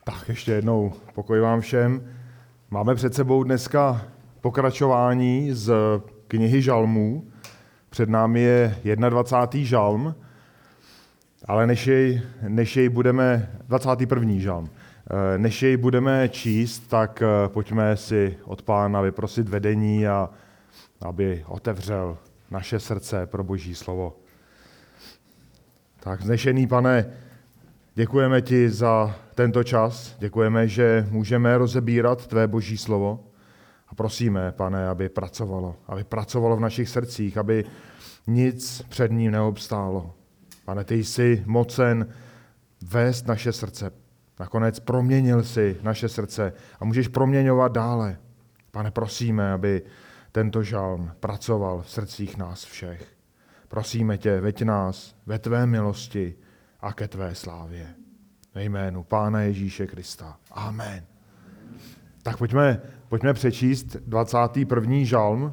Tak ještě jednou pokoj vám všem. Máme před sebou dneska pokračování z knihy Žalmů. Před námi je 21. žalm, ale než jej budeme, 21. žalm, než jej budeme číst, tak pojďme si od Pána vyprosit vedení a aby otevřel naše srdce pro Boží slovo. Tak vznešený Pane, děkujeme ti za tento čas, děkujeme, že můžeme rozebírat tvé Boží slovo a prosíme, Pane, aby pracovalo v našich srdcích, aby nic před ním neobstálo. Pane, ty jsi mocen vést naše srdce. Nakonec proměnil jsi naše srdce a můžeš proměňovat dále. Pane, prosíme, aby tento žalm pracoval v srdcích nás všech. Prosíme tě, veď nás ve tvé milosti a ke tvé slávě. Ve jménu Pána Ježíše Krista. Amen. Tak pojďme přečíst 21. žalm.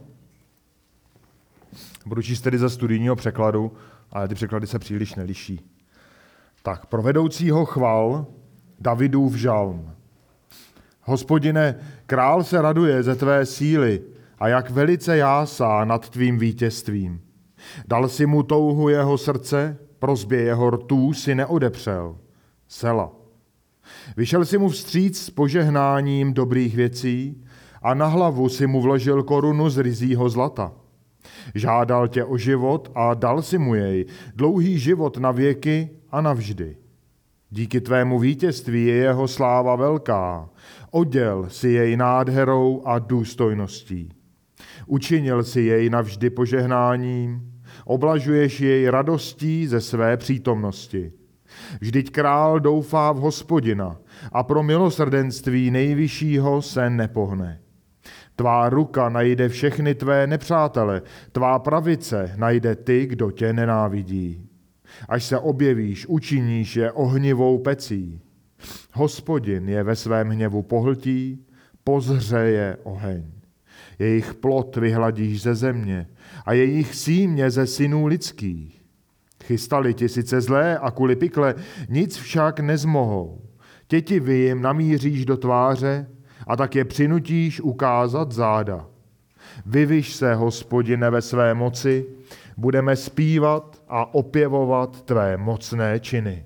Budu číst tedy ze studijního překladu, ale ty překlady se příliš neliší. Tak, pro vedoucího chval Davidův žalm. Hospodine, král se raduje ze tvé síly a jak velice jásá nad tvým vítězstvím. Dal si mu touhu jeho srdce, prosbě jeho rtů si neodepřel. Sela. Vyšel si mu vstříc s požehnáním dobrých věcí a na hlavu si mu vložil korunu z ryzího zlata. Žádal tě o život a dal si mu jej, dlouhý život na věky a navždy. Díky tvému vítězství je jeho sláva velká. Oděl si jej nádherou a důstojností. Učinil si jej navždy požehnáním, oblažuješ jej radostí ze své přítomnosti. Vždyť král doufá v Hospodina a pro milosrdenství nejvyššího se nepohne. Tvá ruka najde všechny tvé nepřátele, tvá pravice najde ty, kdo tě nenávidí. Až se objevíš, učiníš je ohnivou pecí. Hospodin je ve svém hněvu pohltí, pozhřeje oheň. Jejich plod vyhladíš ze země a jejich símě ze synů lidských. Chystali ti sice zlé a kvůli pikle, nic však nezmohou. Tětivy jim namíříš do tváře a tak je přinutíš ukázat záda. Vyvyš se, Hospodine, ve své moci, budeme zpívat a opěvovat tvé mocné činy.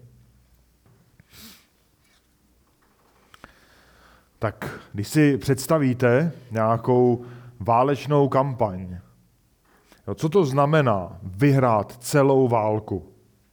Tak když si představíte nějakou válečnou kampaň, co to znamená vyhrát celou válku?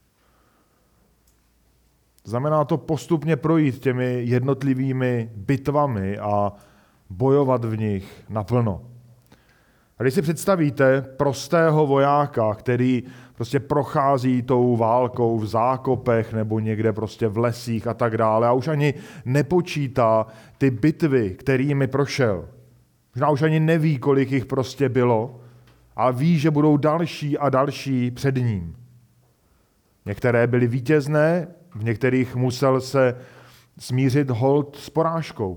Znamená to postupně projít těmi jednotlivými bitvami a bojovat v nich naplno. A když si představíte prostého vojáka, který prostě prochází tou válkou v zákopech nebo někde prostě v lesích a tak dále a už ani nepočítá ty bitvy, kterými prošel. Možná už ani neví, kolik jich prostě bylo, ale ví, že budou další a další před ním. Některé byly vítězné, v některých musel se smířit holt s porážkou.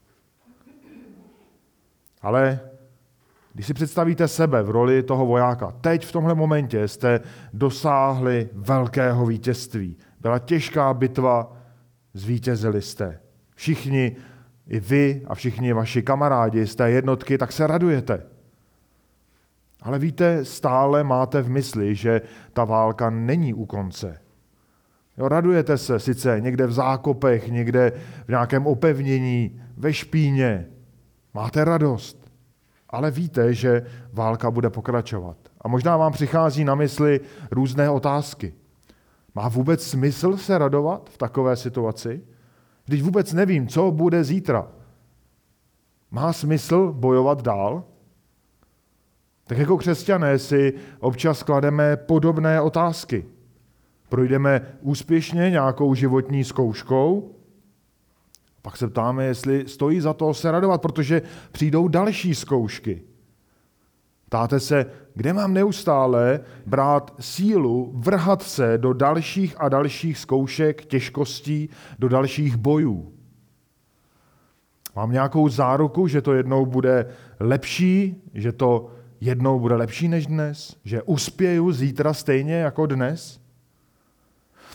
Ale když si představíte sebe v roli toho vojáka, teď v tomhle momentě jste dosáhli velkého vítězství. Byla těžká bitva, zvítězili jste. Všichni, i vy a všichni vaši kamarádi z té jednotky, tak se radujete. Ale víte, stále máte v mysli, že ta válka není u konce. Jo, radujete se sice někde v zákopech, někde v nějakém opevnění, ve špíně. Máte radost, ale víte, že válka bude pokračovat. A možná vám přichází na mysli různé otázky. Má vůbec smysl se radovat v takové situaci? Když vůbec nevím, co bude zítra. Má smysl bojovat dál? Tak jako křesťané si občas klademe podobné otázky. Projdeme úspěšně nějakou životní zkouškou, pak se ptáme, jestli stojí za to se radovat, protože přijdou další zkoušky. Ptáte se, kde mám neustále brát sílu, vrhat se do dalších a dalších zkoušek, těžkostí, do dalších bojů. Mám nějakou záruku, že to jednou bude lepší, že to jednou bude lepší než dnes, že uspěju zítra stejně jako dnes?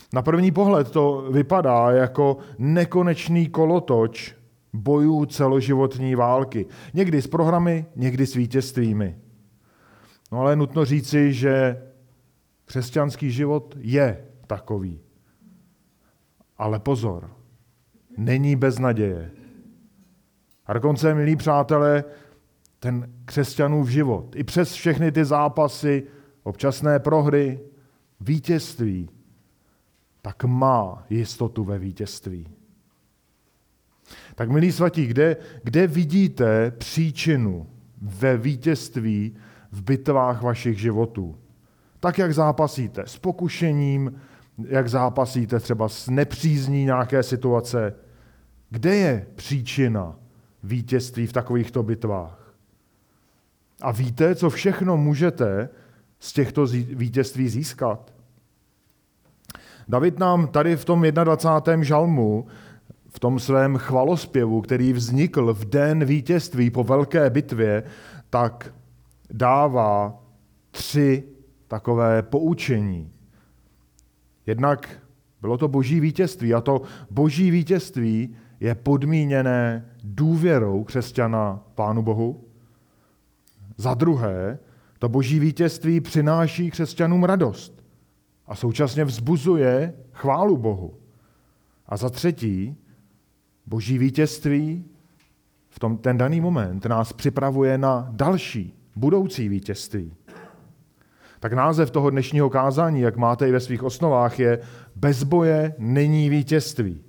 Na první pohled to vypadá jako nekonečný kolotoč bojů celoživotní války. Někdy s prohrami, někdy s vítězstvími. No ale nutno říci, že křesťanský život je takový. Ale pozor, není bez naděje. A dokonce, milí přátelé, ten křesťanův život, i přes všechny ty zápasy, občasné prohry, vítězství, tak má jistotu ve vítězství. Tak, milí svatí, kde vidíte příčinu ve vítězství v bitvách vašich životů? Tak, jak zápasíte s pokušením, jak zápasíte třeba s nepřízní nějaké situace. Kde je příčina vítězství v takovýchto bitvách? A víte, co všechno můžete z těchto vítězství získat? David nám tady v tom 21. žalmu, v tom svém chvalospěvu, který vznikl v den vítězství po velké bitvě, tak dává 3 takové poučení. Jednak bylo to boží vítězství a to boží vítězství je podmíněné důvěrou křesťana Pánu Bohu. Za druhé, to boží vítězství přináší křesťanům radost a současně vzbuzuje chválu Bohu. A za třetí, boží vítězství v ten daný moment nás připravuje na další, budoucí vítězství. Tak název toho dnešního kázání, jak máte i ve svých osnovách, je Bez boje není vítězství.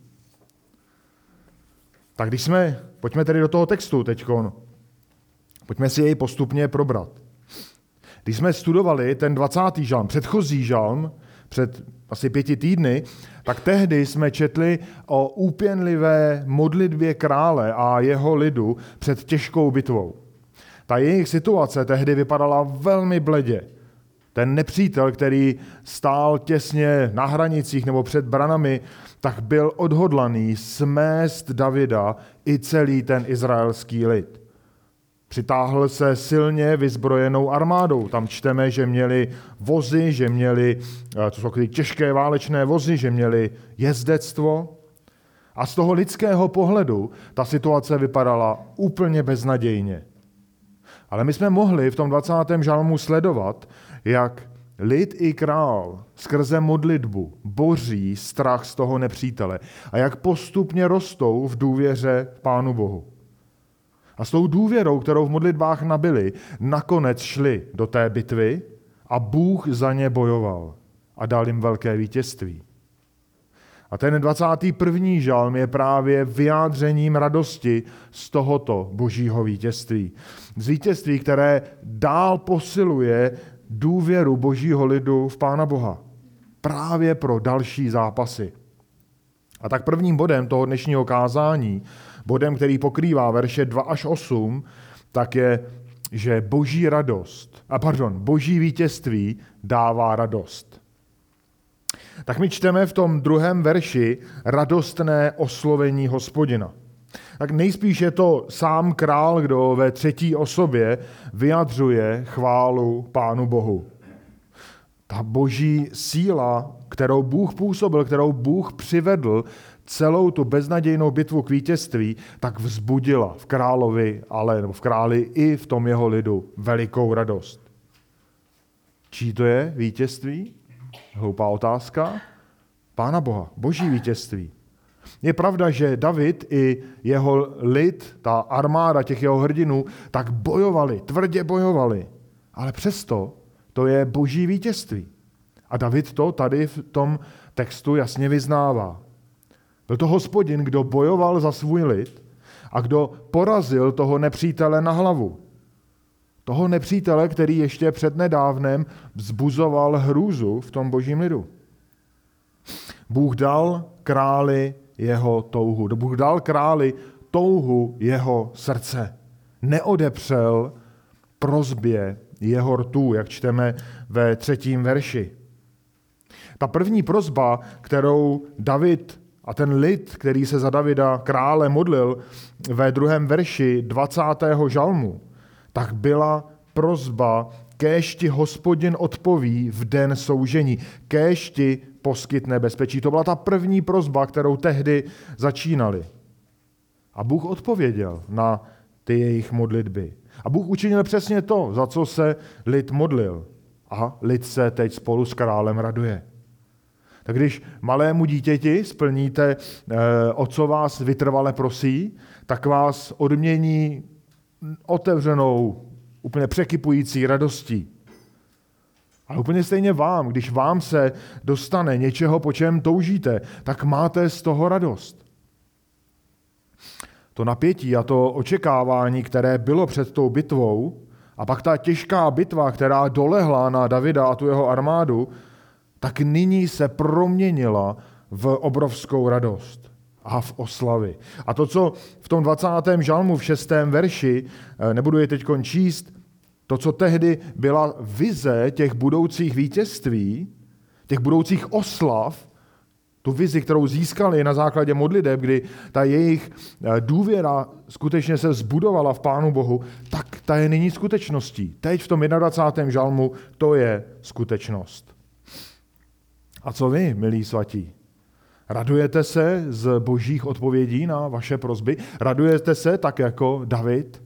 Tak pojďme tedy do toho textu teďkon. Pojďme si jej postupně probrat. Když jsme studovali ten 20. žalm, předchozí žalm, před asi 5 týdny, tak tehdy jsme četli o úpěnlivé modlitbě krále a jeho lidu před těžkou bitvou. Ta jejich situace tehdy vypadala velmi bledě. Ten nepřítel, který stál těsně na hranicích nebo před branami, tak byl odhodlaný smést Davida i celý ten izraelský lid. Přitáhl se silně vyzbrojenou armádou. Tam čteme, že měli vozy, že měli, to jsou těžké válečné vozy, že měli jezdectvo. A z toho lidského pohledu ta situace vypadala úplně beznadějně. Ale my jsme mohli v tom 20. žalmu sledovat, jak lid i král skrze modlitbu boří strach z toho nepřítele a jak postupně rostou v důvěře Pánu Bohu. A s tou důvěrou, kterou v modlitbách nabili, nakonec šli do té bitvy a Bůh za ně bojoval a dal jim velké vítězství. A ten 21. žalm je právě vyjádřením radosti z tohoto božího vítězství. Z vítězství, které dál posiluje důvěru božího lidu v Pána Boha. Právě pro další zápasy. A tak prvním bodem toho dnešního kázání, bodem, který pokrývá verše 2 až 8, tak je, že boží vítězství dává radost. Tak my čteme v tom 2. verši radostné oslovení Hospodina. Tak nejspíš je to sám král, kdo ve 3. osobě vyjadřuje chválu Pánu Bohu. Ta boží síla, kterou Bůh působil, kterou Bůh přivedl celou tu beznadějnou bitvu k vítězství, tak vzbudila v králi i v tom jeho lidu velikou radost. Čí to je vítězství? Hloupá otázka. Pána Boha, boží vítězství. Je pravda, že David i jeho lid, ta armáda těch jeho hrdinů, tak bojovali, tvrdě bojovali. Ale přesto to je boží vítězství. A David to tady v tom textu jasně vyznává. Byl to Hospodin, kdo bojoval za svůj lid a kdo porazil toho nepřítele na hlavu. Toho nepřítele, který ještě přednedávnem vzbuzoval hrůzu v tom božím lidu. Bůh dal králi jeho touhu. Bůh dal králi touhu jeho srdce. Neodepřel prosbě jeho rtů, jak čteme ve 3. verši. Ta první prosba, kterou David a ten lid, který se za Davida krále modlil ve 2. verši 20. žalmu, tak byla prosba Kéž ti Hospodin odpoví v den soužení. Kéž ti poskytne bezpečí. To byla ta první prosba, kterou tehdy začínali. A Bůh odpověděl na ty jejich modlitby. A Bůh učinil přesně to, za co se lid modlil. A lid se teď spolu s králem raduje. Tak když malému dítěti splníte, o co vás vytrvale prosí, tak vás odmění otevřenou, úplně překypující radostí. A úplně stejně vám, když vám se dostane něčeho, po čem toužíte, tak máte z toho radost. To napětí a to očekávání, které bylo před tou bitvou, a pak ta těžká bitva, která dolehla na Davida a tu jeho armádu, tak nyní se proměnila v obrovskou radost a v oslavy. A to, co v tom 20. žalmu v 6. verši, nebudu je teď číst, to, co tehdy byla vize těch budoucích vítězství, těch budoucích oslav, tu vizi, kterou získali na základě modliteb, kdy ta jejich důvěra skutečně se zbudovala v Pánu Bohu, tak ta je nyní skutečností. Teď v tom 21. žalmu to je skutečnost. A co vy, milí svatí? Radujete se z božích odpovědí na vaše prosby? Radujete se tak jako David?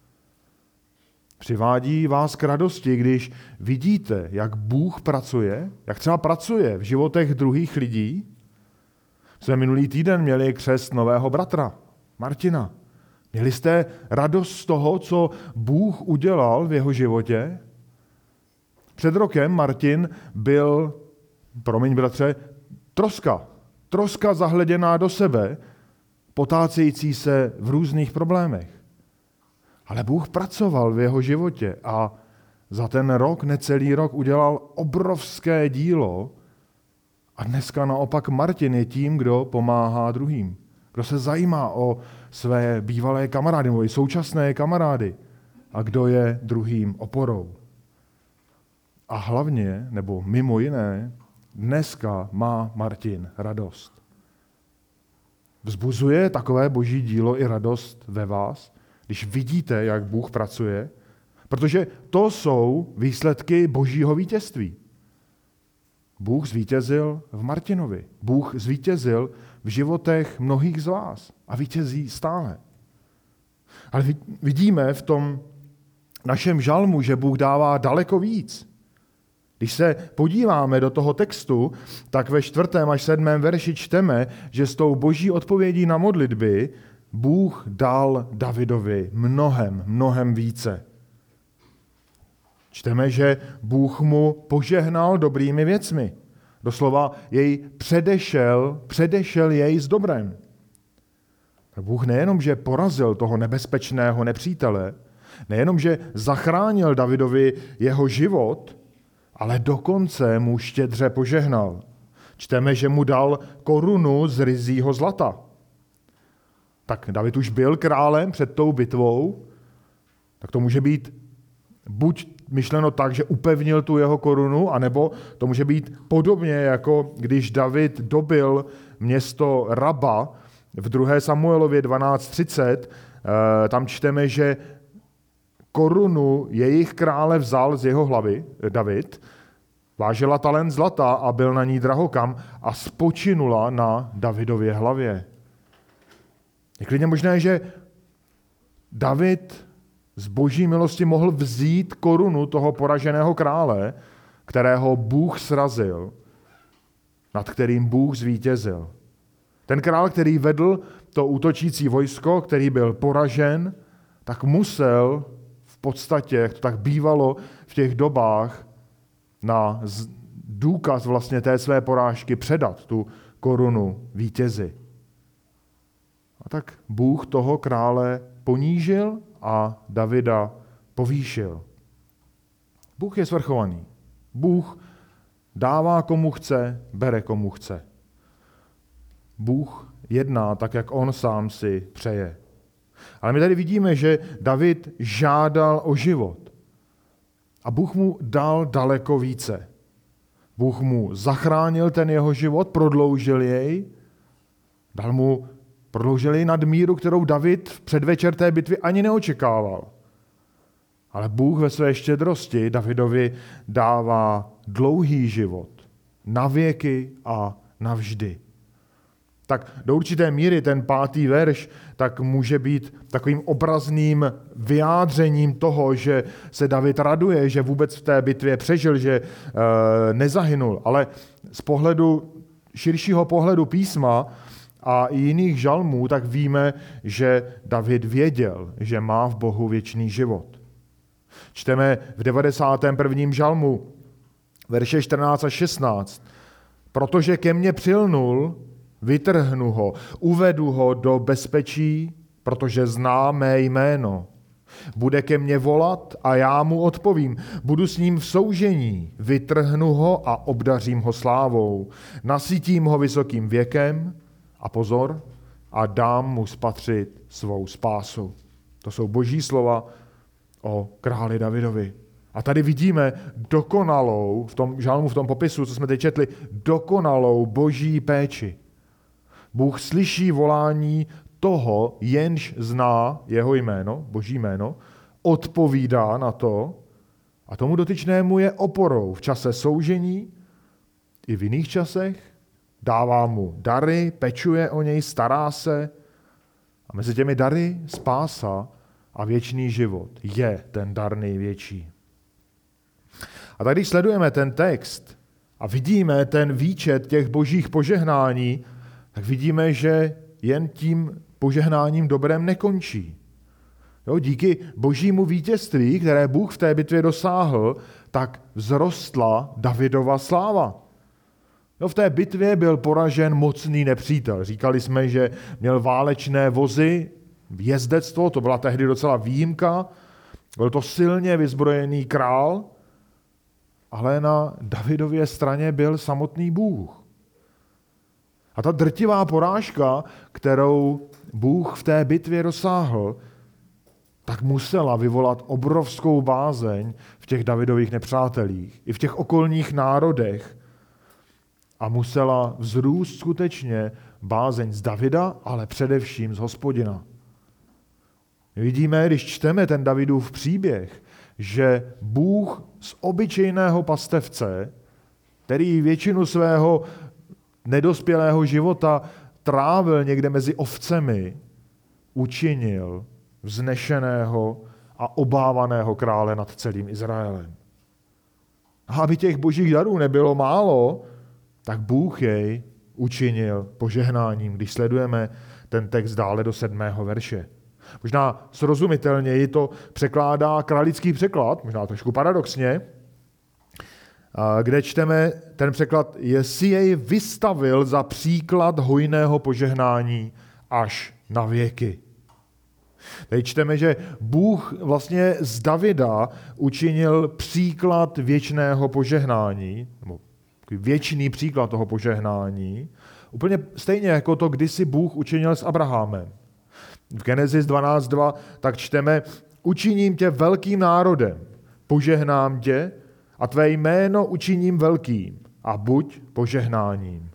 Přivádí vás k radosti, když vidíte, jak Bůh pracuje, jak třeba pracuje v životech druhých lidí. Jsme minulý týden měli křest nového bratra, Martina. Měli jste radost z toho, co Bůh udělal v jeho životě? Před rokem Martin byl, promiň bratře, troska zahleděná do sebe, potácející se v různých problémech. Ale Bůh pracoval v jeho životě a za ten rok, necelý rok, udělal obrovské dílo a dneska naopak Martin je tím, kdo pomáhá druhým. Kdo se zajímá o své bývalé kamarády, nebo i současné kamarády a kdo je druhým oporou. A hlavně, nebo mimo jiné, dneska má Martin radost. Vzbuzuje takové boží dílo i radost ve vás, když vidíte, jak Bůh pracuje, protože to jsou výsledky božího vítězství. Bůh zvítězil v Martinovi. Bůh zvítězil v životech mnohých z vás a vítězí stále. Ale vidíme v tom našem žalmu, že Bůh dává daleko víc. Když se podíváme do toho textu, tak ve 4. až 7. verši čteme, že s tou boží odpovědí na modlitby Bůh dal Davidovi mnohem více. Čteme, že Bůh mu požehnal dobrými věcmi. Doslova jej předešel jej s dobrem. Bůh nejenom, že porazil toho nebezpečného nepřítele, nejenom, že zachránil Davidovi jeho život, ale dokonce mu štědře požehnal. Čteme, že mu dal korunu z ryzího zlata. Tak David už byl králem před tou bitvou, tak to může být buď myšleno tak, že upevnil tu jeho korunu, anebo to může být podobně, jako když David dobil město Raba v 2. Samuelově 12:30, tam čteme, že korunu jejich krále vzal z jeho hlavy, David, vážila talent zlata a byl na ní drahokam a spočinula na Davidově hlavě. Je klidně možné, že David z boží milosti mohl vzít korunu toho poraženého krále, kterého Bůh srazil, nad kterým Bůh zvítězil. Ten král, který vedl to útočící vojsko, který byl poražen, tak musel v podstatě, jak to tak bývalo v těch dobách, na důkaz vlastně té své porážky předat tu korunu vítězi. A tak Bůh toho krále ponížil a Davida povýšil. Bůh je svrchovaný. Bůh dává komu chce, bere komu chce. Bůh jedná tak, jak on sám si přeje. Ale my tady vidíme, že David žádal o život. A Bůh mu dal daleko více. Bůh mu zachránil ten jeho život, prodloužil jej, prodloužil jej nad míru, kterou David v předvečer té bitvy ani neočekával. Ale Bůh ve své štědrosti Davidovi dává dlouhý život, na věky a navždy. Tak do určité míry ten 5. verš tak může být takovým obrazným vyjádřením toho, že se David raduje, že vůbec v té bitvě přežil, že nezahynul. Ale z širšího pohledu písma a i jiných žalmů, tak víme, že David věděl, že má v Bohu věčný život. Čteme v 91. žalmu, verše 14 a 16. Protože ke mně přilnul, vytrhnu ho, uvedu ho do bezpečí, protože zná mé jméno. Bude ke mně volat a já mu odpovím. Budu s ním v soužení, vytrhnu ho a obdařím ho slávou. Nasytím ho vysokým věkem a pozor, a dám mu spatřit svou spásu. To jsou boží slova o králi Davidovi. A tady vidíme dokonalou, v tom žalmu, v tom popisu, co jsme teď četli, dokonalou boží péči. Bůh slyší volání toho, jenž zná jeho jméno, boží jméno, odpovídá na to a tomu dotyčnému je oporou v čase soužení i v jiných časech, dává mu dary, pečuje o něj, stará se a mezi těmi dary spása a věčný život je ten dar největší. A tak když sledujeme ten text a vidíme ten výčet těch božích požehnání, tak vidíme, že jen tím požehnáním dobrem nekončí. Jo, díky božímu vítězství, které Bůh v té bitvě dosáhl, tak vzrostla Davidova sláva. Jo, v té bitvě byl poražen mocný nepřítel. Říkali jsme, že měl válečné vozy, jezdectvo, to byla tehdy docela výjimka. Byl to silně vyzbrojený král, ale na Davidově straně byl samotný Bůh. A ta drtivá porážka, kterou Bůh v té bitvě dosáhl, tak musela vyvolat obrovskou bázeň v těch Davidových nepřátelích, i v těch okolních národech. A musela vzrůst skutečně bázeň z Davida, ale především z Hospodina. Vidíme, když čteme ten Davidův příběh, že Bůh z obyčejného pastevce, který většinu svého nedospělého života trávil někde mezi ovcemi, učinil vznešeného a obávaného krále nad celým Izraelem. A aby těch božích darů nebylo málo, tak Bůh jej učinil požehnáním, když sledujeme ten text dále do 7. verše. Možná srozumitelněji to překládá kralický překlad, možná trošku paradoxně, kde čteme ten překlad, jestli jej vystavil za příklad hojného požehnání až na věky. Tady čteme, že Bůh vlastně z Davida učinil příklad věčného požehnání, nebo věčný příklad toho požehnání, úplně stejně jako to kdysi Bůh učinil s Abrahamem. V Genesis 12.2 tak čteme, učiním tě velkým národem, požehnám tě a tvé jméno učiním velkým a buď požehnáním.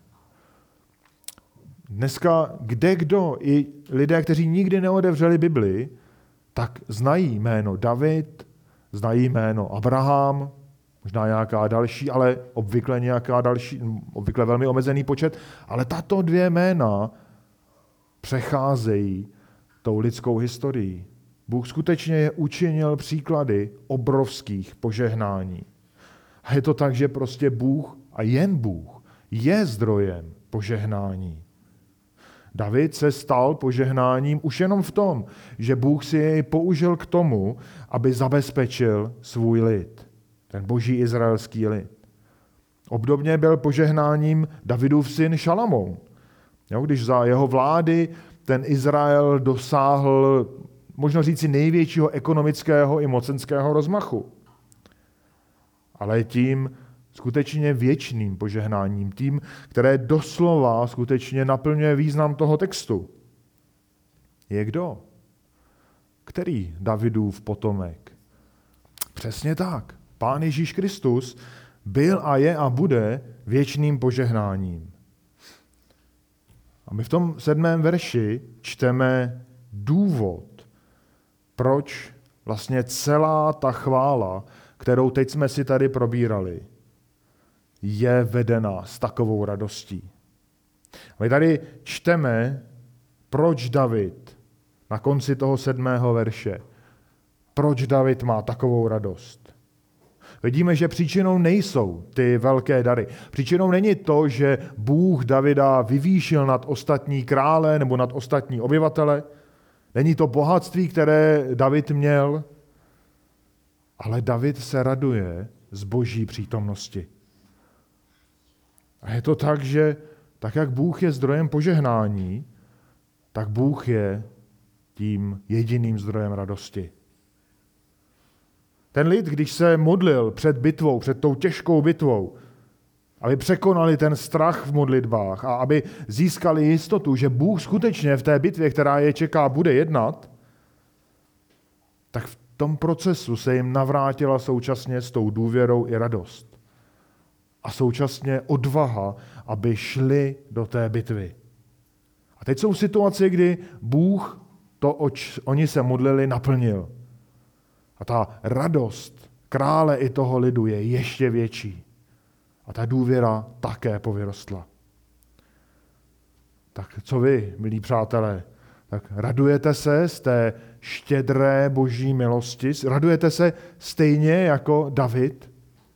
Dneska kdekdo, i lidé, kteří nikdy neotevřeli Bibli, tak znají jméno David, znají jméno Abraham, možná nějaká další, ale obvykle velmi omezený počet, ale tato dvě jména přecházejí tou lidskou historií. Bůh skutečně je učinil příklady obrovských požehnání. A je to tak, že prostě Bůh a jen Bůh je zdrojem požehnání. David se stal požehnáním už jenom v tom, že Bůh si jej použil k tomu, aby zabezpečil svůj lid, ten boží izraelský lid. Obdobně byl požehnáním Davidův syn Šalamoun. Když za jeho vlády ten Izrael dosáhl, možno říci, největšího ekonomického i mocenského rozmachu. Ale tím skutečně věčným požehnáním, tím, které doslova skutečně naplňuje význam toho textu. Je kdo? Který Davidův potomek? Přesně tak. Pán Ježíš Kristus byl a je a bude věčným požehnáním. A my v tom 7. verši čteme důvod, proč vlastně celá ta chvála, kterou teď jsme si tady probírali, je vedena s takovou radostí. My tady čteme, proč David na konci toho 7. verše, proč David má takovou radost. Vidíme, že příčinou nejsou ty velké dary. Příčinou není to, že Bůh Davida vyvýšil nad ostatní krále nebo nad ostatní obyvatele. Není to bohatství, které David měl, ale David se raduje z Boží přítomnosti. A je to tak, že tak, jak Bůh je zdrojem požehnání, tak Bůh je tím jediným zdrojem radosti. Ten lid, když se modlil před bitvou, před tou těžkou bitvou, aby překonali ten strach v modlitbách a aby získali jistotu, že Bůh skutečně v té bitvě, která je čeká, bude jednat, tak v tom procesu se jim navrátila současně s tou důvěrou i radost. A současně odvaha, aby šli do té bitvy. A teď jsou v situaci, kdy Bůh to, oč oni se modlili, naplnil. A ta radost krále i toho lidu je ještě větší. A ta důvěra také povyrostla. Tak co vy, milí přátelé? Tak radujete se z té štědré boží milosti? Radujete se stejně jako David?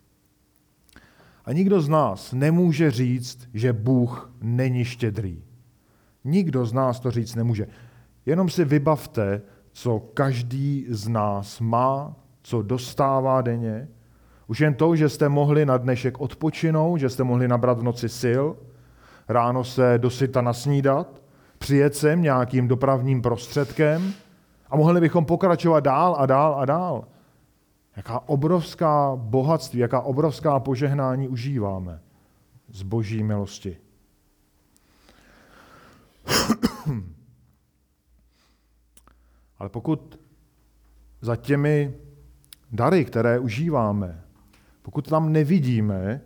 A nikdo z nás nemůže říct, že Bůh není štědrý. Nikdo z nás to říct nemůže. Jenom si vybavte, co každý z nás má, co dostává denně. Už jen to, že jste mohli na dnešek odpočinout, že jste mohli nabrat v noci sil, ráno se dosyta nasnídat, přijet sem nějakým dopravním prostředkem a mohli bychom pokračovat dál a dál a dál. Jaká obrovská bohatství, jaká obrovská požehnání užíváme z boží milosti. Ale pokud za těmi dary, které užíváme, pokud tam nevidíme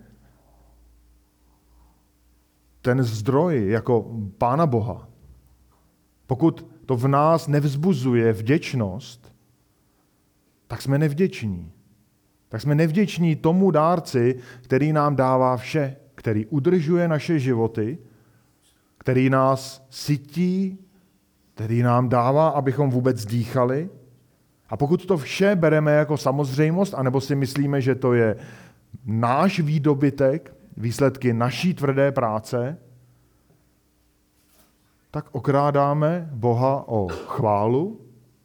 ten zdroj jako Pána Boha, pokud to v nás nevzbuzuje vděčnost, tak jsme nevděční. Tak jsme nevděční tomu dárci, který nám dává vše, který udržuje naše životy, který nás sytí, který nám dává, abychom vůbec dýchali. A pokud to vše bereme jako samozřejmost, anebo si myslíme, že to je náš výdobytek, výsledky naší tvrdé práce, tak okrádáme Boha o chválu,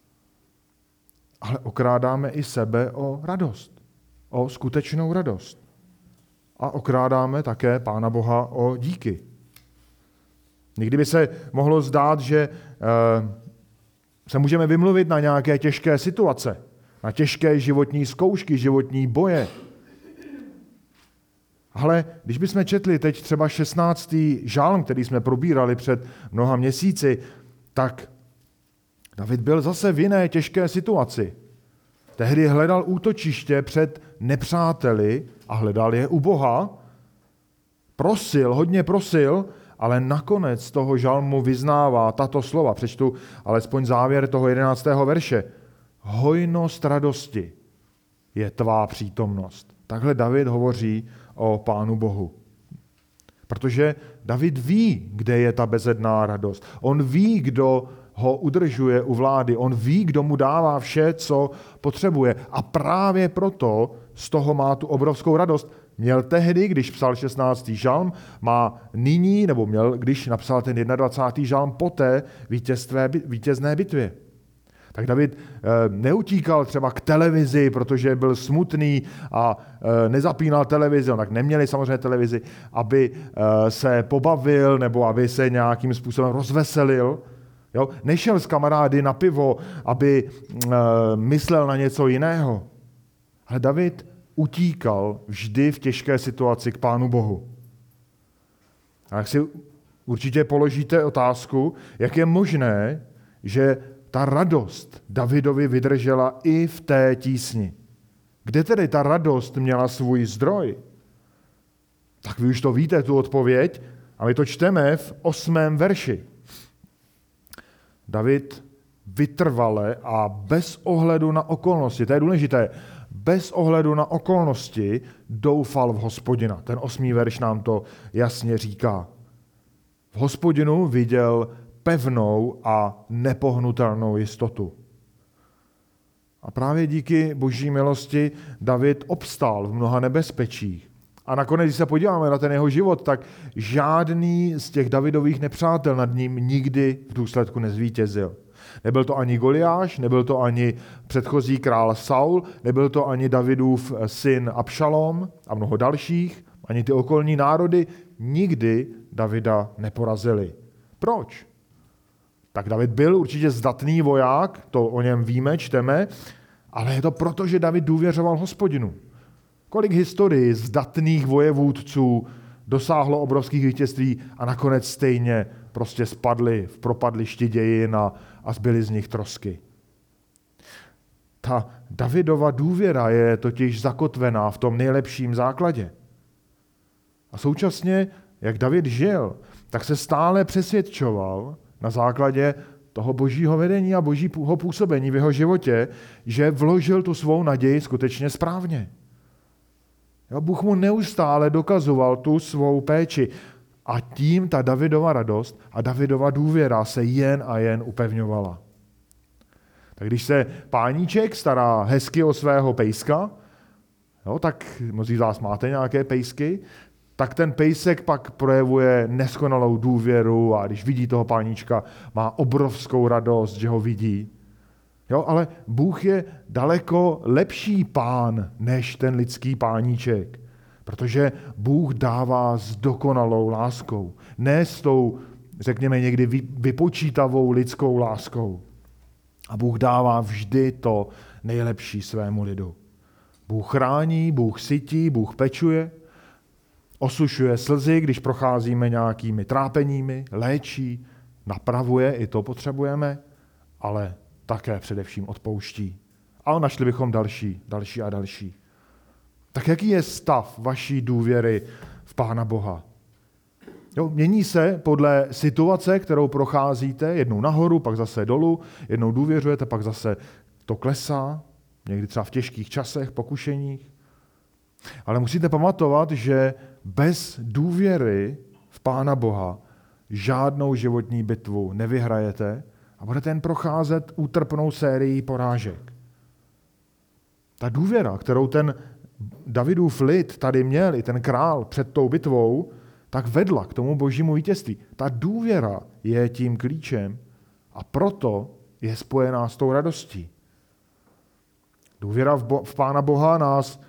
ale okrádáme i sebe o radost, o skutečnou radost. A okrádáme také Pána Boha o díky. Někdy by se mohlo zdát, že se můžeme vymluvit na nějaké těžké situace, na těžké životní zkoušky, životní boje. Ale když bychom četli teď třeba 16. žálm, který jsme probírali před mnoha měsíci, tak David byl zase v jiné těžké situaci. Tehdy hledal útočiště před nepřáteli a hledal je u Boha. Prosil, hodně prosil, ale nakonec toho žalmu vyznává tato slova. Přečtu alespoň závěr toho 11. verše. Hojnost radosti je tvá přítomnost. Takhle David hovoří o Pánu Bohu. Protože David ví, kde je ta bezedná radost. On ví, kdo ho udržuje u vlády. On ví, kdo mu dává vše, co potřebuje. A právě proto z toho má tu obrovskou radost. Měl tehdy, když psal 16. žalm, má nyní, nebo měl, když napsal ten 21. žalm, po té vítězné bitvě. Tak David neutíkal třeba k televizi, protože byl smutný a nezapínal televizi, on tak neměli samozřejmě televizi, aby se pobavil nebo aby se nějakým způsobem rozveselil. Jo? Nešel s kamarády na pivo, aby myslel na něco jiného. Ale David utíkal vždy v těžké situaci k Pánu Bohu. A jak si určitě položíte otázku, jak je možné, že ta radost Davidovi vydržela i v té tísni. Kde tedy ta radost měla svůj zdroj? Tak vy už to víte, tu odpověď, a my to čteme v 8. verši. David vytrvale a bez ohledu na okolnosti. To je důležité. Bez ohledu na okolnosti doufal v Hospodina. Ten 8. verš nám to jasně říká. V Hospodinu viděl pevnou a nepohnutelnou jistotu. A právě díky Boží milosti David obstál v mnoha nebezpečích. A nakonec, když se podíváme na ten jeho život, tak žádný z těch Davidových nepřátel nad ním nikdy v důsledku nezvítězil. Nebyl to ani Goliáš, nebyl to ani předchozí král Saul, nebyl to ani Davidův syn Abšalom a mnoho dalších, ani ty okolní národy nikdy Davida neporazili. Proč? Tak David byl určitě zdatný voják, to o něm víme, čteme, ale je to proto, že David důvěřoval Hospodinu. Kolik historií zdatných vojevůdců dosáhlo obrovských vítězství a nakonec stejně prostě spadli v propadlišti dějin a zbyly z nich trosky. Ta Davidova důvěra je totiž zakotvená v tom nejlepším základě. A současně, jak David žil, tak se stále přesvědčoval na základě toho božího vedení a božího působení v jeho životě, že vložil tu svou naději skutečně správně. Jo, Bůh mu neustále dokazoval tu svou péči a tím ta Davidova radost a Davidova důvěra se jen a jen upevňovala. Tak když se páníček stará hezky o svého pejska, jo, tak mnozí z vás máte nějaké pejsky, tak ten pejsek pak projevuje neskonalou důvěru a když vidí toho páníčka, má obrovskou radost, že ho vidí. Jo, ale Bůh je daleko lepší pán než ten lidský páníček, protože Bůh dává s dokonalou láskou, ne s tou, řekněme někdy, vypočítavou lidskou láskou. A Bůh dává vždy to nejlepší svému lidu. Bůh chrání, Bůh sytí, Bůh pečuje, osušuje slzy, když procházíme nějakými trápeními, léčí, napravuje, i to potřebujeme, ale také především odpouští. A našli bychom další a další. Tak jaký je stav vaší důvěry v Pána Boha? Jo, mění se podle situace, kterou procházíte, jednou nahoru, pak zase dolů, jednou důvěřujete, pak zase to klesá, někdy třeba v těžkých časech, pokušeních. Ale musíte pamatovat, že bez důvěry v Pána Boha žádnou životní bitvu nevyhrajete a budete jen procházet útrpnou sérii porážek. Ta důvěra, kterou ten Davidův lid tady měl, i ten král před tou bitvou, tak vedla k tomu božímu vítězství. Ta důvěra je tím klíčem a proto je spojená s tou radostí. Důvěra v Pána Boha nás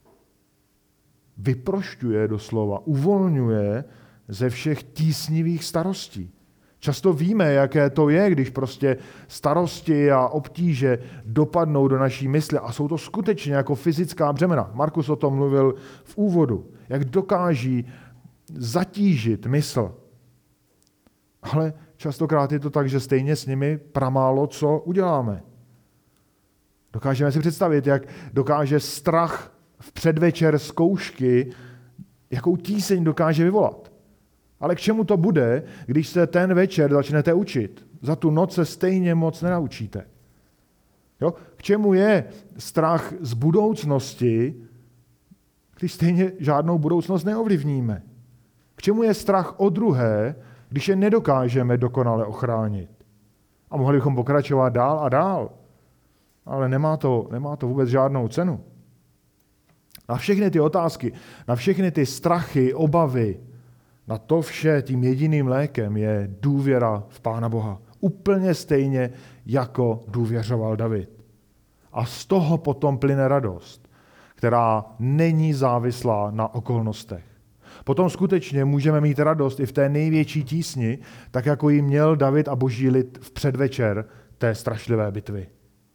vyprošťuje doslova, uvolňuje ze všech tísnivých starostí. Často víme, jaké to je, když prostě starosti a obtíže dopadnou do naší mysli a jsou to skutečně jako fyzická břemena. Markus o tom mluvil v úvodu, jak dokáží zatížit mysl. Ale častokrát je to tak, že stejně s nimi pramálo co uděláme. Dokážeme si představit, jak dokáže strach v předvečer zkoušky, jakou tíseň dokáže vyvolat. Ale k čemu to bude, když se ten večer začnete učit? Za tu noc se stejně moc nenaučíte. Jo? K čemu je strach z budoucnosti, když stejně žádnou budoucnost neovlivníme? K čemu je strach o druhé, když je nedokážeme dokonale ochránit? A mohli bychom pokračovat dál a dál. Ale nemá to vůbec žádnou cenu. Na všechny ty otázky, na všechny ty strachy, obavy, na to vše tím jediným lékem je důvěra v Pána Boha. Úplně stejně, jako důvěřoval David. A z toho potom plyne radost, která není závislá na okolnostech. Potom skutečně můžeme mít radost i v té největší tísni, tak jako ji měl David a boží lid v předvečer té strašlivé bitvy.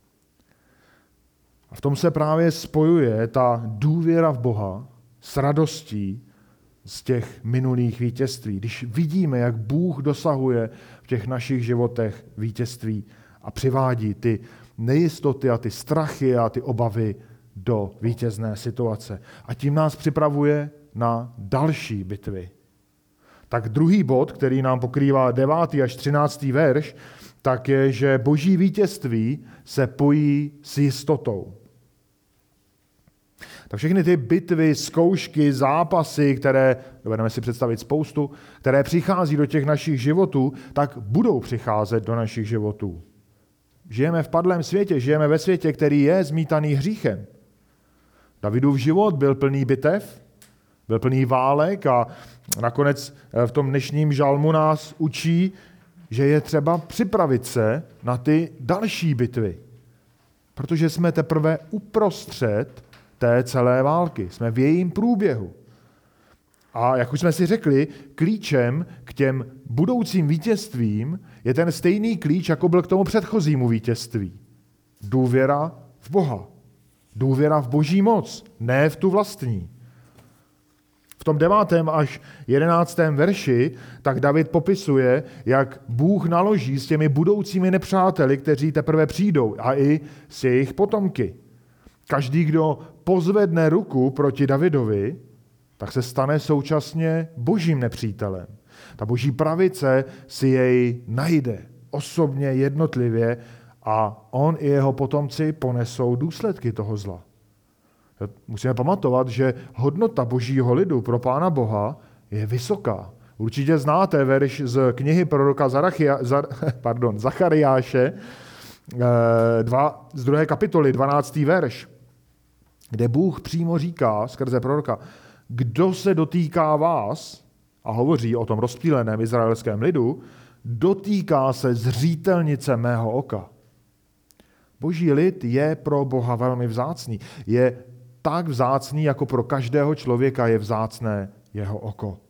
A v tom se právě spojuje ta důvěra v Boha s radostí z těch minulých vítězství. Když vidíme, jak Bůh dosahuje v těch našich životech vítězství a přivádí ty nejistoty a ty strachy a ty obavy do vítězné situace. A tím nás připravuje na další bitvy. Tak druhý bod, který nám pokrývá 9. až 13. verš, tak je, že boží vítězství se pojí s jistotou. Tak všechny ty bitvy, zkoušky, zápasy, které, dovedeme si představit spoustu, které přichází do těch našich životů, tak budou přicházet do našich životů. Žijeme v padlém světě, žijeme ve světě, který je zmítaný hříchem. Davidův život byl plný bitev, byl plný válek a nakonec v tom dnešním žalmu nás učí, že je třeba připravit se na ty další bitvy. Protože jsme teprve uprostřed té celé války. Jsme v jejím průběhu. A jak už jsme si řekli, klíčem k těm budoucím vítězstvím je ten stejný klíč, jako byl k tomu předchozímu vítězství. Důvěra v Boha. Důvěra v boží moc, ne v tu vlastní. V tom 9. až 11. verši tak David popisuje, jak Bůh naloží s těmi budoucími nepřáteli, kteří teprve přijdou, a i s jejich potomky. Každý, kdo pozvedne ruku proti Davidovi, tak se stane současně božím nepřítelem. Ta boží pravice si jej najde osobně, jednotlivě a on i jeho potomci ponesou důsledky toho zla. Musíme pamatovat, že hodnota božího lidu pro Pána Boha je vysoká. Určitě znáte verš z knihy proroka Zachariáše, z 2. kapitoly, 12. verš, kde Bůh přímo říká skrze proroka, kdo se dotýká vás, a hovoří o tom rozptýleném izraelském lidu, dotýká se zřítelnice mého oka. Boží lid je pro Boha velmi vzácný. Je tak vzácný, jako pro každého člověka je vzácné jeho oko.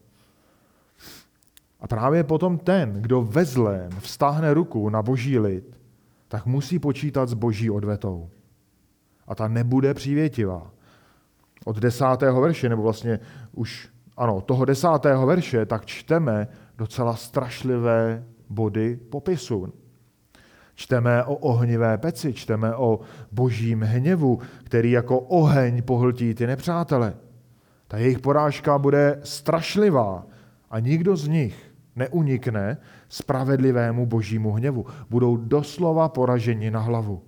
A právě potom ten, kdo ve zlém vztáhne ruku na boží lid, tak musí počítat s boží odvetou. A ta nebude přívětivá. Od 10. verše, nebo vlastně už, ano, toho 10. verše, tak čteme docela strašlivé body popisu. Čteme o ohnivé peci, čteme o božím hněvu, který jako oheň pohltí ty nepřátele. Ta jejich porážka bude strašlivá a nikdo z nich neunikne spravedlivému božímu hněvu. Budou doslova poraženi na hlavu.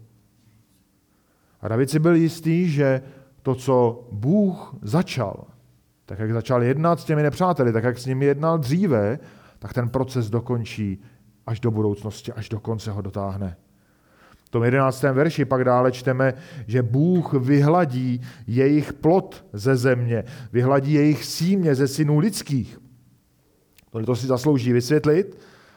A David si byl jistý, že to, co Bůh začal, tak jak začal jednat s těmi nepřáteli, tak jak s nimi jednal dříve, tak ten proces dokončí až do budoucnosti, až do konce ho dotáhne. V tom 11. verši pak dále čteme, že Bůh vyhladí jejich plod ze země, vyhladí jejich símě ze synů lidských. To si zaslouží vysvětlit.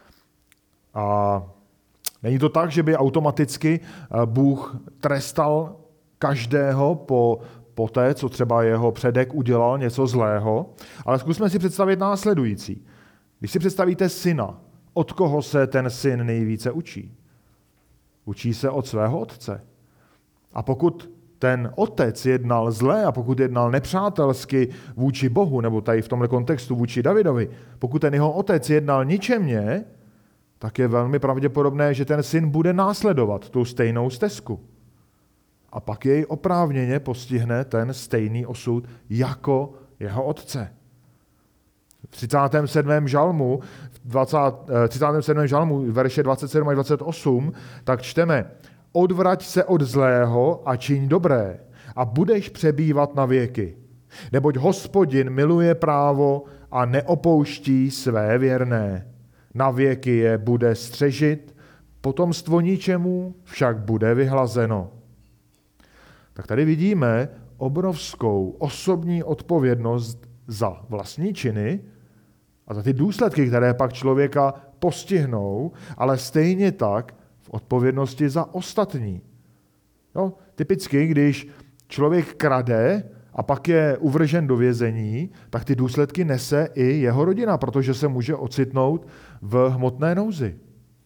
A není to tak, že by automaticky Bůh trestal každého po té, co třeba jeho předek udělal něco zlého, ale zkusme si představit následující. Když si představíte syna, od koho se ten syn nejvíce učí? Učí se od svého otce. A pokud ten otec jednal zlé a pokud jednal nepřátelsky vůči Bohu, nebo tady v tomhle kontextu vůči Davidovi, pokud ten jeho otec jednal ničemně, tak je velmi pravděpodobné, že ten syn bude následovat tu stejnou stezku. A pak jej oprávněně postihne ten stejný osud jako jeho otce. V 37. žalmu, 37. žalmu, verše 27 až 28, tak čteme: Odvrať se od zlého a čiň dobré a budeš přebývat na věky. Neboť Hospodin miluje právo a neopouští své věrné. Na věky je bude střežit, potomstvo ničemu však bude vyhlazeno. Tak tady vidíme obrovskou osobní odpovědnost za vlastní činy a za ty důsledky, které pak člověka postihnou, ale stejně tak v odpovědnosti za ostatní. No, typicky, když člověk krade a pak je uvržen do vězení, tak ty důsledky nese i jeho rodina, protože se může ocitnout v hmotné nouzi.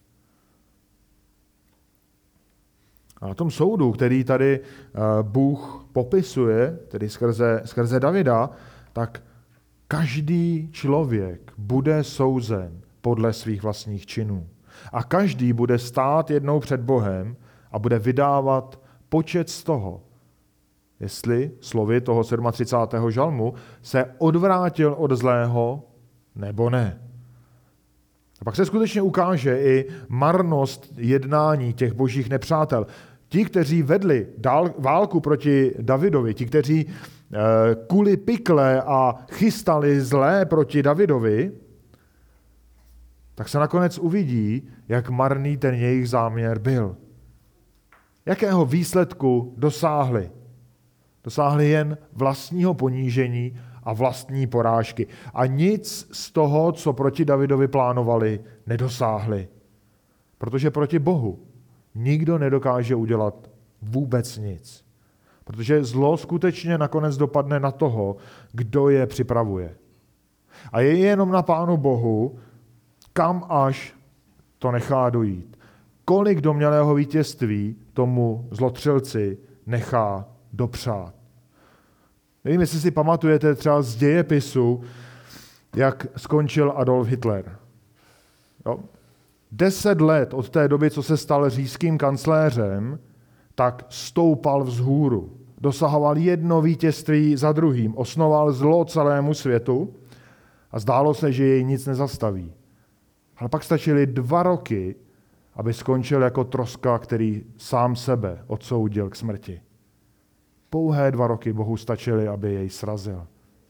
A na tom soudu, který tady Bůh popisuje, tedy skrze Davida, tak každý člověk bude souzen podle svých vlastních činů. A každý bude stát jednou před Bohem a bude vydávat počet z toho, jestli slovy toho 37. žalmu se odvrátil od zlého nebo ne. A pak se skutečně ukáže i marnost jednání těch božích nepřátel. Ti, kteří vedli válku proti Davidovi, ti, kteří kuli pikle a chystali zlé proti Davidovi, tak se nakonec uvidí, jak marný ten jejich záměr byl. Jakého výsledku dosáhli? Dosáhli jen vlastního ponížení a vlastní porážky. A nic z toho, co proti Davidovi plánovali, nedosáhli. Protože proti Bohu nikdo nedokáže udělat vůbec nic. Protože zlo skutečně nakonec dopadne na toho, kdo je připravuje. A je jenom na Pánu Bohu, kam až to nechá dojít. Kolik domnělého vítězství tomu zlotřelci nechá dopřát. Nevím, jestli si pamatujete třeba z dějepisu, jak skončil Adolf Hitler. Jo? 10 let od té doby, co se stal říšským kancléřem, tak stoupal vzhůru. Dosahoval jedno vítězství za druhým. Osnoval zlo celému světu a zdálo se, že jej nic nezastaví. Ale pak stačily 2 roky, aby skončil jako troska, který sám sebe odsoudil k smrti. Pouhé 2 roky Bohu stačily, aby jej srazil.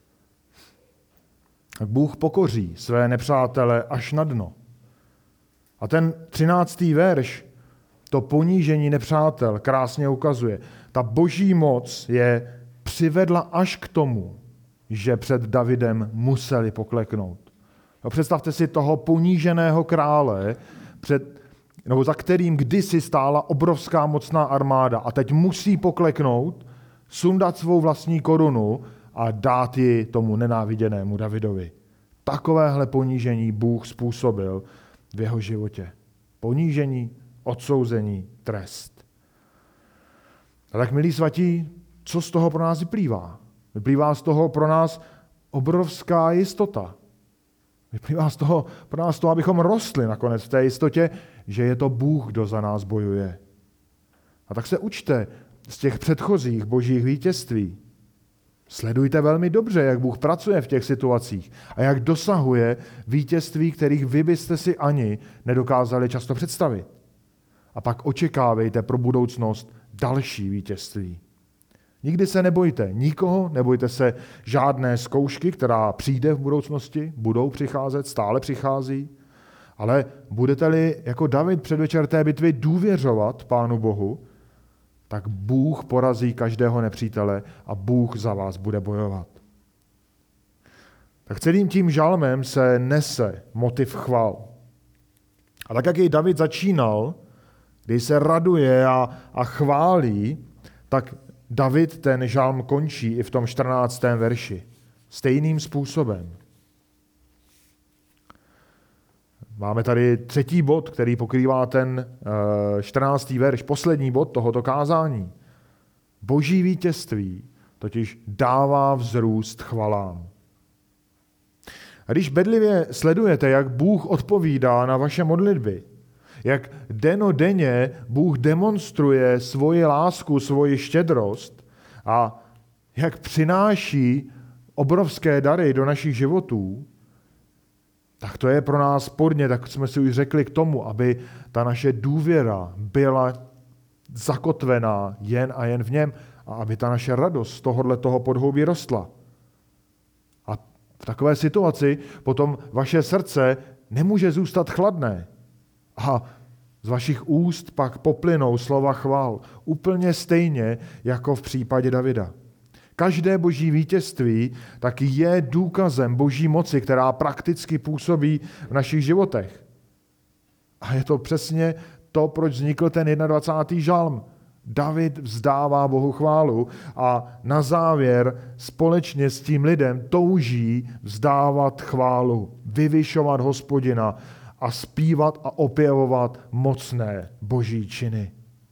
Bůh pokoří své nepřátele až na dno. A ten 13. verš to ponížení nepřátel krásně ukazuje. Ta boží moc je přivedla až k tomu, že před Davidem museli pokleknout. No, představte si toho poníženého krále, za kterým kdysi stála obrovská mocná armáda a teď musí pokleknout, sundat svou vlastní korunu a dát ji tomu nenáviděnému Davidovi. Takovéhle ponížení Bůh způsobil v jeho životě. Ponížení, odsouzení, trest. A tak, milí svatí, co z toho pro nás vyplývá? Vyplývá z toho pro nás obrovská jistota. Vyplývá z toho pro nás to, abychom rostli nakonec v té jistotě, že je to Bůh, kdo za nás bojuje. A tak se učte z těch předchozích božích vítězství. Sledujte velmi dobře, jak Bůh pracuje v těch situacích a jak dosahuje vítězství, kterých vy byste si ani nedokázali často představit. A pak očekávejte pro budoucnost další vítězství. Nikdy se nebojte nikoho, nebojte se žádné zkoušky, která přijde v budoucnosti, budou přicházet, stále přichází, ale budete-li jako David předvečer té bitvy důvěřovat Pánu Bohu, tak Bůh porazí každého nepřítele a Bůh za vás bude bojovat. Tak celým tím žalmem se nese motiv chval. A tak, jak jej David začínal, když se raduje a chválí, tak David ten žalm končí i v tom 14. verši. Stejným způsobem. Máme tady 3. bod, který pokrývá ten 14. verš, poslední bod tohoto kázání. Boží vítězství totiž dává vzrůst chvalám. A když bedlivě sledujete, jak Bůh odpovídá na vaše modlitby, jak dennodenně Bůh demonstruje svoji lásku, svoji štědrost a jak přináší obrovské dary do našich životů, tak to je pro nás podnět, tak jsme si už řekli k tomu, aby ta naše důvěra byla zakotvená jen a jen v něm a aby ta naše radost z toho podhoubí rostla. A v takové situaci potom vaše srdce nemůže zůstat chladné. A z vašich úst pak poplynou slova chvál, úplně stejně jako v případě Davida. Každé boží vítězství tak je důkazem boží moci, která prakticky působí v našich životech. A je to přesně to, proč vznikl ten 21. žalm. David vzdává Bohu chválu a na závěr společně s tím lidem touží vzdávat chválu, vyvyšovat Hospodina a zpívat a opěvovat mocné boží činy.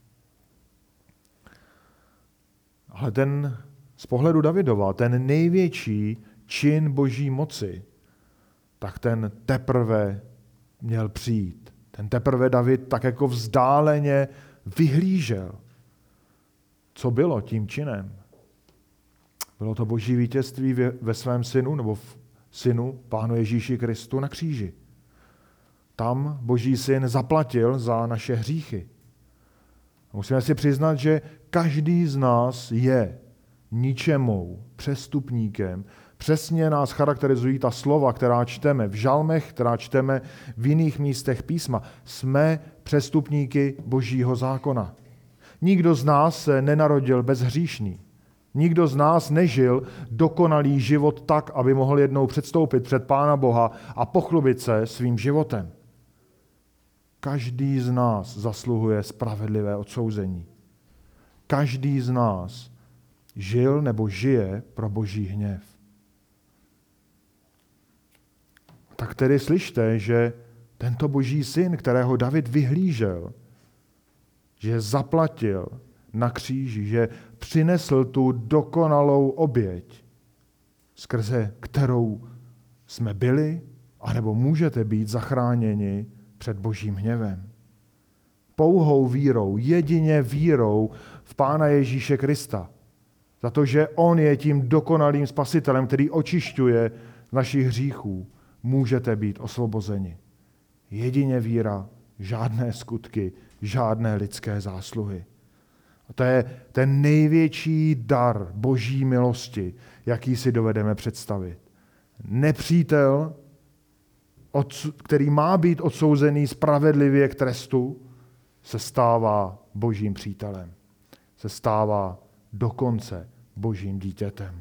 Ale z pohledu Davidova, ten největší čin boží moci, tak ten teprve měl přijít. Ten teprve David tak jako vzdáleně vyhlížel. Co bylo tím činem? Bylo to boží vítězství ve svém synu, nebo v synu Pánu Ježíši Kristu na kříži. Tam Boží syn zaplatil za naše hříchy. Musíme si přiznat, že každý z nás je ničemou, přestupníkem. Přesně nás charakterizují ta slova, která čteme v žalmech, která čteme v jiných místech písma. Jsme přestupníky Božího zákona. Nikdo z nás se nenarodil bezhříšný. Nikdo z nás nežil dokonalý život tak, aby mohl jednou předstoupit před Pána Boha a pochlubit se svým životem. Každý z nás zasluhuje spravedlivé odsouzení. Každý z nás žil nebo žije pro Boží hněv. Tak tedy slyšte, že tento Boží syn, kterého David vyhlížel, že zaplatil na kříži, že přinesl tu dokonalou oběť, skrze kterou jsme byli, anebo můžete být zachráněni před Božím hněvem. Pouhou vírou, jedině vírou v Pána Ježíše Krista. Za to, že on je tím dokonalým spasitelem, který očišťuje z našich hříchů, můžete být osvobozeni. Jedině víra, žádné skutky, žádné lidské zásluhy. A to je ten největší dar Boží milosti, jaký si dovedeme představit. Nepřítel, který má být odsouzený spravedlivě k trestu, se stává Božím přítelem. Se stává dokonce Božím dítětem.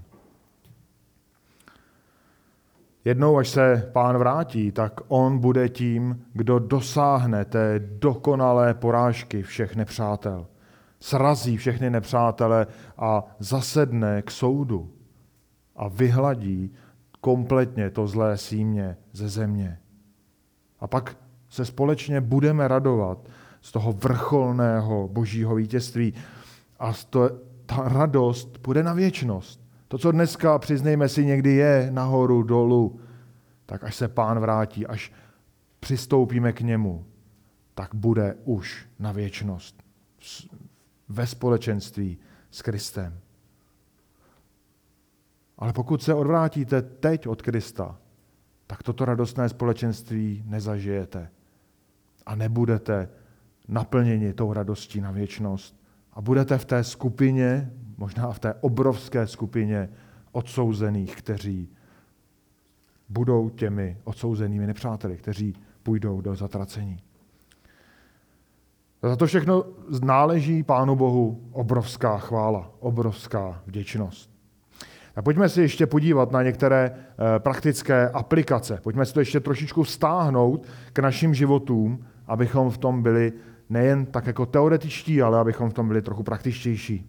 Jednou, až se Pán vrátí, tak on bude tím, kdo dosáhne té dokonalé porážky všech nepřátel. Srazí všechny nepřátele a zasedne k soudu a vyhladí kompletně to zlé símě ze země. A pak se společně budeme radovat z toho vrcholného Božího vítězství a ta radost bude na věčnost. To, co dneska, přiznejme si, někdy je nahoru, dolů, tak až se Pán vrátí, až přistoupíme k němu, tak bude už na věčnost ve společenství s Kristem. Ale pokud se odvrátíte teď od Krista, tak toto radostné společenství nezažijete a nebudete naplněni tou radostí na věčnost. A budete v té skupině, možná v té obrovské skupině odsouzených, kteří budou těmi odsouzenými nepřáteli, kteří půjdou do zatracení. Za to všechno náleží Pánu Bohu obrovská chvála, obrovská vděčnost. A pojďme si ještě podívat na některé praktické aplikace. Pojďme si to ještě trošičku vztáhnout k našim životům, abychom v tom byli nejen tak jako teoretičtí, ale abychom v tom byli trochu praktičtější.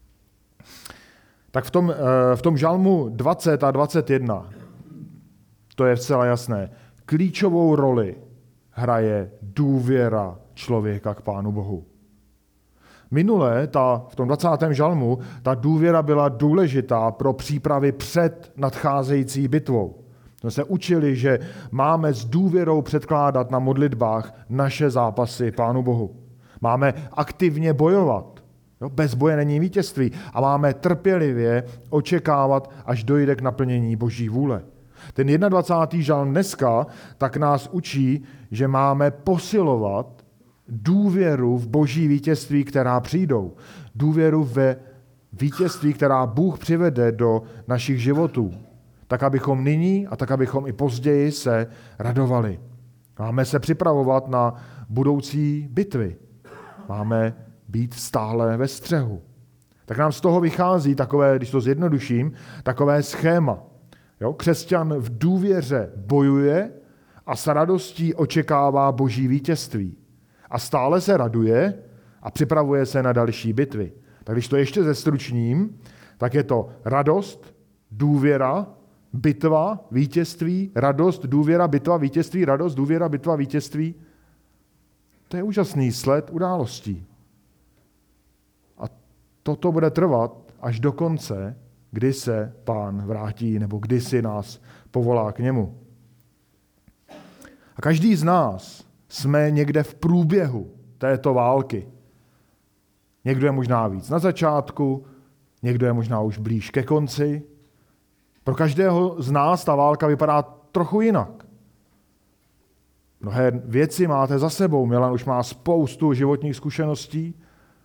Tak v tom žalmu 20 a 21, to je zcela jasné, klíčovou roli hraje důvěra člověka k Pánu Bohu. Minule, v tom 20. žalmu, ta důvěra byla důležitá pro přípravy před nadcházející bitvou. Jsme se učili, že máme s důvěrou předkládat na modlitbách naše zápasy Pánu Bohu. Máme aktivně bojovat. Bez boje není vítězství. A máme trpělivě očekávat, až dojde k naplnění Boží vůle. Ten 21. žalm dneska tak nás učí, že máme posilovat důvěru v Boží vítězství, která přijdou. Důvěru ve vítězství, která Bůh přivede do našich životů. Tak, abychom nyní a tak, abychom i později se radovali. Máme se připravovat na budoucí bitvy. Máme být stále ve střehu. Tak nám z toho vychází takové, když to zjednoduším, takové schéma. Křesťan v důvěře bojuje a s radostí očekává Boží vítězství. A stále se raduje a připravuje se na další bitvy. Tak když to ještě zestručním, tak je to radost, důvěra, bitva, vítězství, radost, důvěra, bitva, vítězství, radost, důvěra, bitva, vítězství. To je úžasný sled událostí. A toto bude trvat až do konce, kdy se Pán vrátí, nebo kdy si nás povolá k němu. A každý z nás jsme někde v průběhu této války. Někdo je možná víc na začátku, někdo je možná už blíž ke konci. Pro každého z nás ta válka vypadá trochu jinak. Mnohé věci máte za sebou. Milan už má spoustu životních zkušeností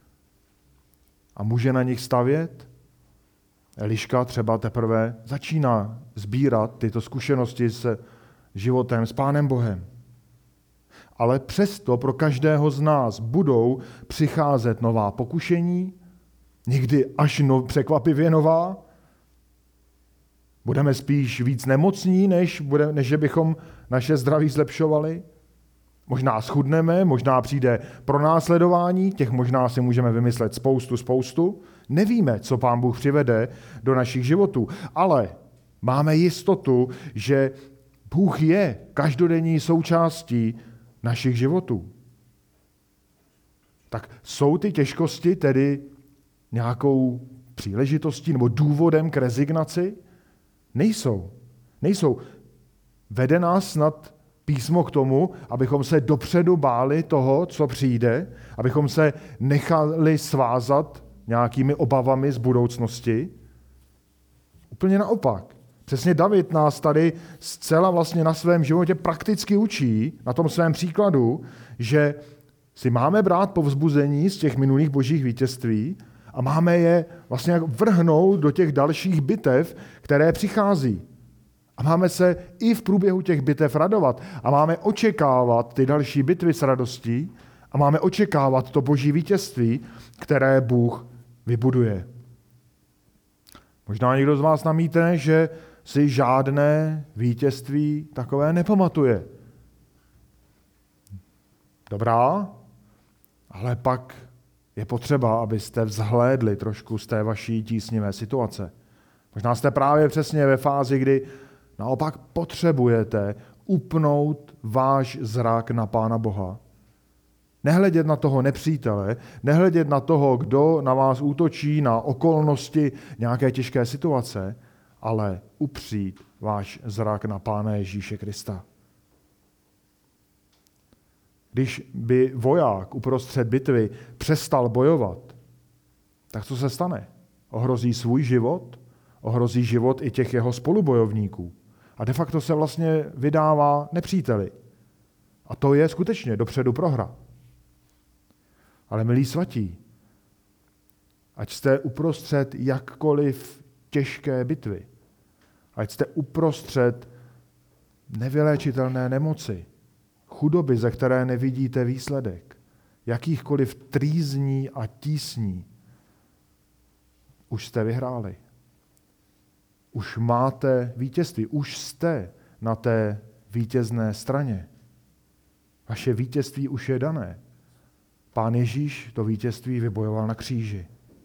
a může na nich stavět. Eliška třeba teprve začíná sbírat tyto zkušenosti s životem s Pánem Bohem. Ale přesto pro každého z nás budou přicházet nová pokušení, někdy až překvapivě nová. Budeme spíš víc nemocní, než že bychom naše zdraví zlepšovali. Možná schudneme, možná přijde pronásledování, těch možná si můžeme vymyslet spoustu. Nevíme, co Pán Bůh přivede do našich životů, ale máme jistotu, že Bůh je každodenní součástí našich životů. Tak jsou ty těžkosti tedy nějakou příležitostí nebo důvodem k rezignaci? Nejsou. Vede nás snad písmo k tomu, abychom se dopředu báli toho, co přijde, abychom se nechali svázat nějakými obavami z budoucnosti? Úplně naopak. Přesně David nás tady zcela vlastně na svém životě prakticky učí, na tom svém příkladu, že si máme brát povzbuzení z těch minulých božích vítězství a máme je vlastně jak vrhnout do těch dalších bitev, které přichází. A máme se i v průběhu těch bitev radovat a máme očekávat ty další bitvy s radostí a máme očekávat to boží vítězství, které Bůh vybuduje. Možná někdo z vás namítne, že si žádné vítězství takové nepamatuje. Dobrá, ale pak je potřeba, abyste vzhlédli trošku z té vaší tísnivé situace. Možná jste právě přesně ve fázi, kdy naopak potřebujete upnout váš zrak na Pána Boha. Nehledět na toho nepřítele, nehledět na toho, kdo na vás útočí, na okolnosti nějaké těžké situace, ale upřít váš zrak na Pána Ježíše Krista. Když by voják uprostřed bitvy přestal bojovat, tak co se stane? Ohrozí svůj život, ohrozí život i těch jeho spolubojovníků. A de facto se vlastně vydává nepříteli. A to je skutečně dopředu prohra. Ale milí svatí, ať jste uprostřed jakkoliv těžké bitvy, ať jste uprostřed nevyléčitelné nemoci, chudoby, ze které nevidíte výsledek, jakýchkoliv trýzní a tísní, už jste vyhráli. Už máte vítězství, už jste na té vítězné straně. Vaše vítězství už je dané. Pán Ježíš to vítězství vybojoval na kříži.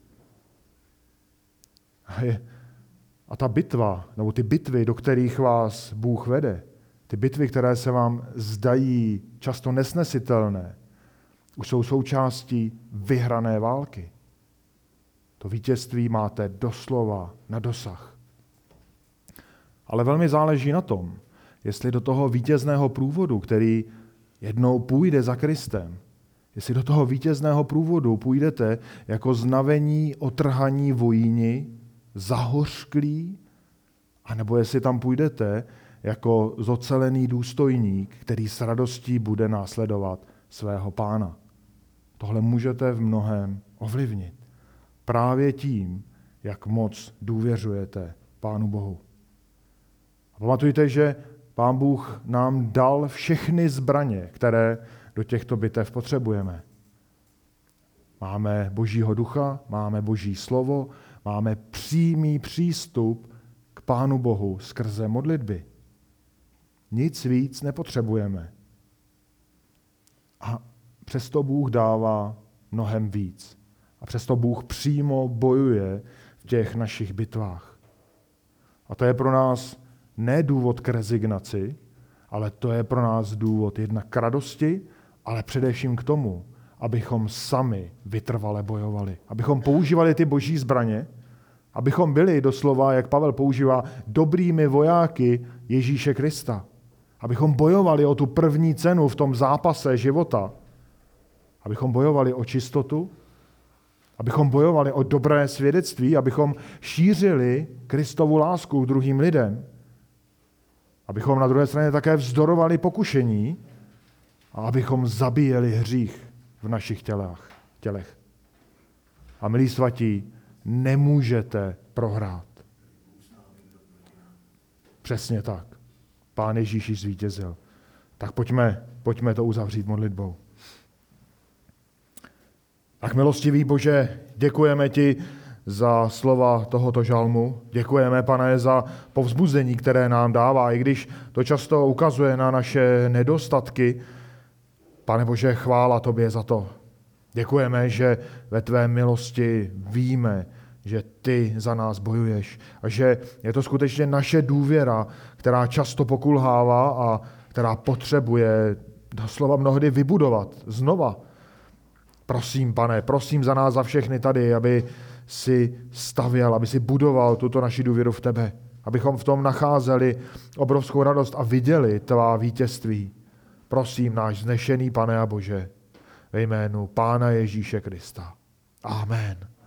A ta bitva, nebo ty bitvy, do kterých vás Bůh vede, ty bitvy, které se vám zdají často nesnesitelné, už jsou součástí vyhrané války. To vítězství máte doslova na dosah. Ale velmi záleží na tom, jestli do toho vítězného průvodu, který jednou půjde za Kristem, jestli do toho vítězného průvodu půjdete jako znavení otrhaní vojíni, zahořklí, anebo jestli tam půjdete jako zocelený důstojník, který s radostí bude následovat svého Pána. Tohle můžete v mnohém ovlivnit. Právě tím, jak moc důvěřujete Pánu Bohu. A pamatujte, že Pán Bůh nám dal všechny zbraně, které do těchto bitev potřebujeme. Máme Božího ducha, máme Boží slovo, máme přímý přístup k Pánu Bohu skrze modlitby. Nic víc nepotřebujeme. A přesto Bůh dává mnohem víc. A přesto Bůh přímo bojuje v těch našich bitvách. A to je pro nás ne důvod k rezignaci, ale to je pro nás důvod jednak k radosti, ale především k tomu, abychom sami vytrvale bojovali. Abychom používali ty boží zbraně, abychom byli doslova, jak Pavel používá, dobrými vojáky Ježíše Krista. Abychom bojovali o tu první cenu v tom zápase života. Abychom bojovali o čistotu, abychom bojovali o dobré svědectví, abychom šířili Kristovu lásku k druhým lidem. Abychom na druhé straně také vzdorovali pokušení, a abychom zabíjeli hřích v našich tělech. A milí svatí, nemůžete prohrát. Přesně tak. Pán Ježíš již zvítězil. Tak pojďme to uzavřít modlitbou. Tak milostivý Bože, děkujeme ti za slova tohoto žalmu. Děkujeme, Pane, za povzbuzení, které nám dává, i když to často ukazuje na naše nedostatky. Pane Bože, chvála tobě za to. Děkujeme, že ve tvé milosti víme, že ty za nás bojuješ a že je to skutečně naše důvěra, která často pokulhává a která potřebuje doslova mnohdy vybudovat znova. Prosím, Pane, prosím za nás, za všechny tady, aby si stavěl, aby si budoval tuto naši důvěru v tebe, abychom v tom nacházeli obrovskou radost a viděli tvá vítězství. Prosím, náš vznešený Pane a Bože, ve jménu Pána Ježíše Krista. Amen.